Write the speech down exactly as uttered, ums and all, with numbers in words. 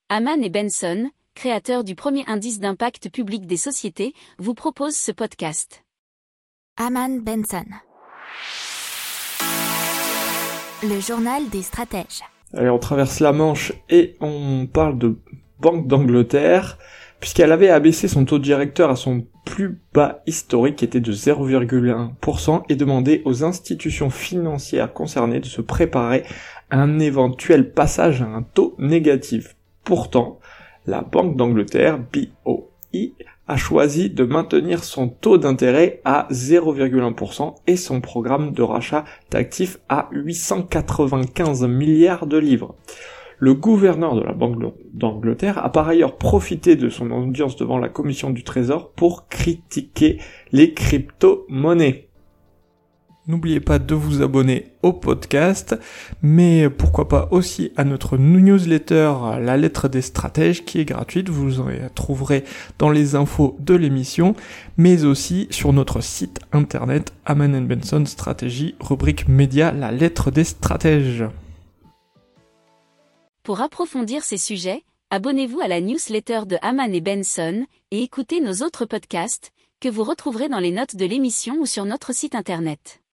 Hamann et Benson, créateurs du premier indice d'impact public des sociétés, vous proposent ce podcast. Hamann Benson, le journal des stratèges. Allez, on traverse la Manche et on parle de Banque d'Angleterre, puisqu'elle avait abaissé son taux directeur à son plus bas historique, qui était de zéro virgule un pour cent, et demandé aux institutions financières concernées de se préparer à un éventuel passage à un taux négatif. Pourtant, la Banque d'Angleterre, B O I, a choisi de maintenir son taux d'intérêt à zéro virgule un pour cent et son programme de rachat d'actifs à huit cent quatre-vingt-quinze milliards de livres. Le gouverneur de la Banque d'Angleterre a par ailleurs profité de son audience devant la Commission du Trésor pour critiquer les crypto-monnaies. N'oubliez pas de vous abonner au podcast, mais pourquoi pas aussi à notre newsletter La Lettre des Stratèges qui est gratuite, vous en trouverez dans les infos de l'émission, mais aussi sur notre site internet Hamann and Benson Stratégie, rubrique média La Lettre des Stratèges. Pour approfondir ces sujets, abonnez-vous à la newsletter de Hamann et Benson et écoutez nos autres podcasts que vous retrouverez dans les notes de l'émission ou sur notre site internet.